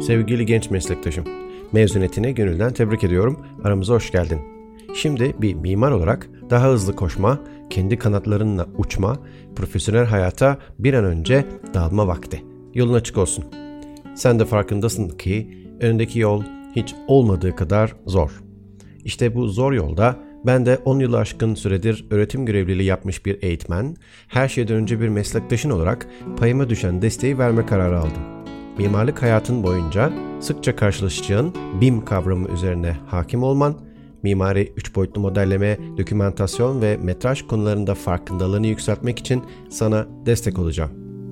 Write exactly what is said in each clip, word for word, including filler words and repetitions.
Sevgili genç meslektaşım, mezuniyetini gönülden tebrik ediyorum, aramıza hoş geldin. Şimdi bir mimar olarak daha hızlı koşma, kendi kanatlarınla uçma, profesyonel hayata bir an önce dalma vakti. Yolun açık olsun. Sen de farkındasın ki önündeki yol hiç olmadığı kadar zor. İşte bu zor yolda ben de on yılı aşkın süredir öğretim görevliliği yapmış bir eğitmen, her şeyden önce bir meslektaşın olarak payıma düşen desteği verme kararı aldım. Mimarlık hayatın boyunca sıkça karşılaşacağın B İ M kavramı üzerine hakim olman, mimari üç boyutlu modelleme, dokümantasyon ve metraj konularında farkındalığını yükseltmek için sana destek olacağım.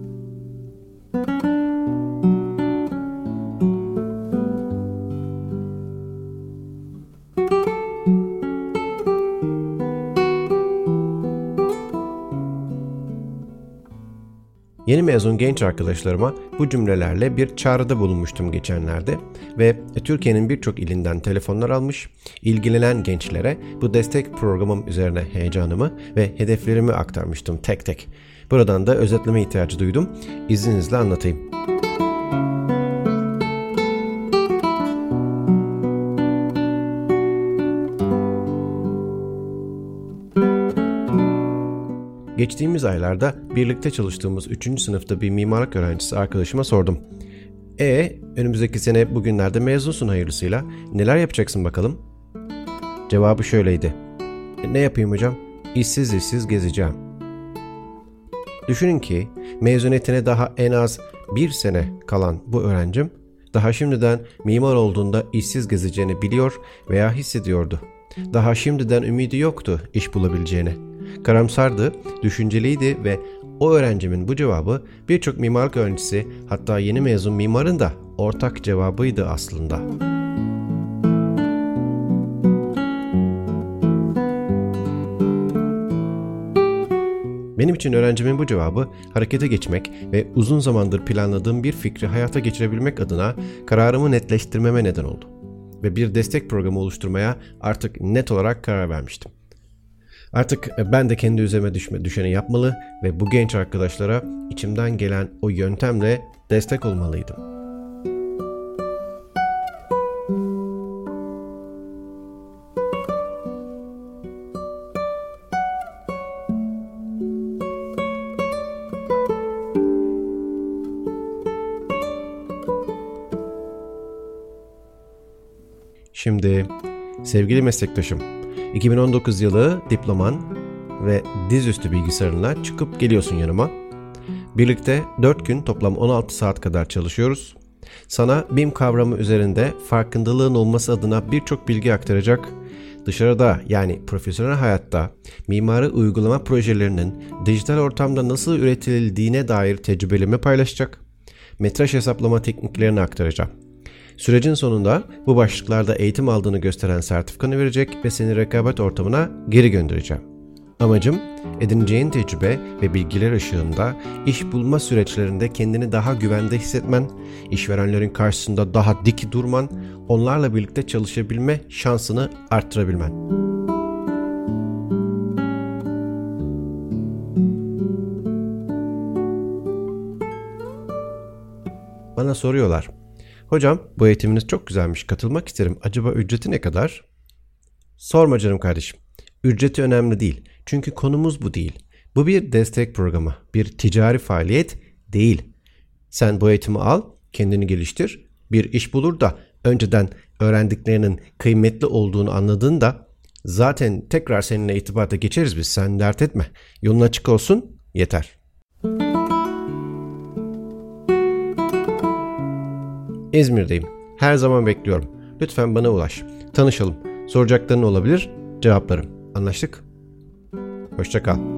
Yeni mezun genç arkadaşlarıma bu cümlelerle bir çağrıda bulunmuştum geçenlerde ve Türkiye'nin birçok ilinden telefonlar almış, ilgilenen gençlere bu destek programım üzerine heyecanımı ve hedeflerimi aktarmıştım tek tek. Buradan da özetleme ihtiyacı duydum. İzninizle anlatayım. Geçtiğimiz aylarda birlikte çalıştığımız üçüncü sınıfta bir mimarlık öğrencisi arkadaşıma sordum. E önümüzdeki sene bugünlerde mezunsun hayırlısıyla. Neler yapacaksın bakalım? Cevabı şöyleydi. E, ne yapayım hocam? İşsiz işsiz gezeceğim. Düşünün ki mezuniyetine daha en az bir sene kalan bu öğrencim daha şimdiden mimar olduğunda işsiz gezeceğini biliyor veya hissediyordu. Daha şimdiden ümidi yoktu iş bulabileceğine. Karamsardı, düşünceliydi ve o öğrencimin bu cevabı birçok mimarlık öğrencisi, hatta yeni mezun mimarın da ortak cevabıydı aslında. Benim için öğrencimin bu cevabı harekete geçmek ve uzun zamandır planladığım bir fikri hayata geçirebilmek adına kararımı netleştirmeme neden oldu. Ve bir destek programı oluşturmaya artık net olarak karar vermiştim. Artık ben de kendi üzerime düşme, düşeni yapmalı ve bu genç arkadaşlara içimden gelen o yöntemle destek olmalıydım. Şimdi sevgili meslektaşım, iki bin on dokuz yılı diploman ve dizüstü bilgisayarınla çıkıp geliyorsun yanıma. Birlikte dört gün toplam on altı saat kadar çalışıyoruz. Sana B İ M kavramı üzerinde farkındalığın olması adına birçok bilgi aktaracak, dışarıda yani profesyonel hayatta mimari uygulama projelerinin dijital ortamda nasıl üretildiğine dair tecrübelerimi paylaşacak, metraj hesaplama tekniklerini aktaracağım. Sürecin sonunda bu başlıklarda eğitim aldığını gösteren sertifikanı verecek ve seni rekabet ortamına geri göndereceğim. Amacım, edineceğin tecrübe ve bilgiler ışığında iş bulma süreçlerinde kendini daha güvende hissetmen, işverenlerin karşısında daha dik durman, onlarla birlikte çalışabilme şansını arttırabilmen. Bana soruyorlar. Hocam bu eğitiminiz çok güzelmiş, katılmak isterim. Acaba ücreti ne kadar? Sorma canım kardeşim. Ücreti önemli değil. Çünkü konumuz bu değil. Bu bir destek programı, bir ticari faaliyet değil. Sen bu eğitimi al, kendini geliştir, bir iş bulur da önceden öğrendiklerinin kıymetli olduğunu anladığında zaten tekrar seninle irtibata geçeriz biz. Sen dert etme. Yolun açık olsun, yeter. İzmir'deyim. Her zaman bekliyorum. Lütfen bana ulaş. Tanışalım. Soracakların olabilir, cevaplarım. Anlaştık? Hoşça kal.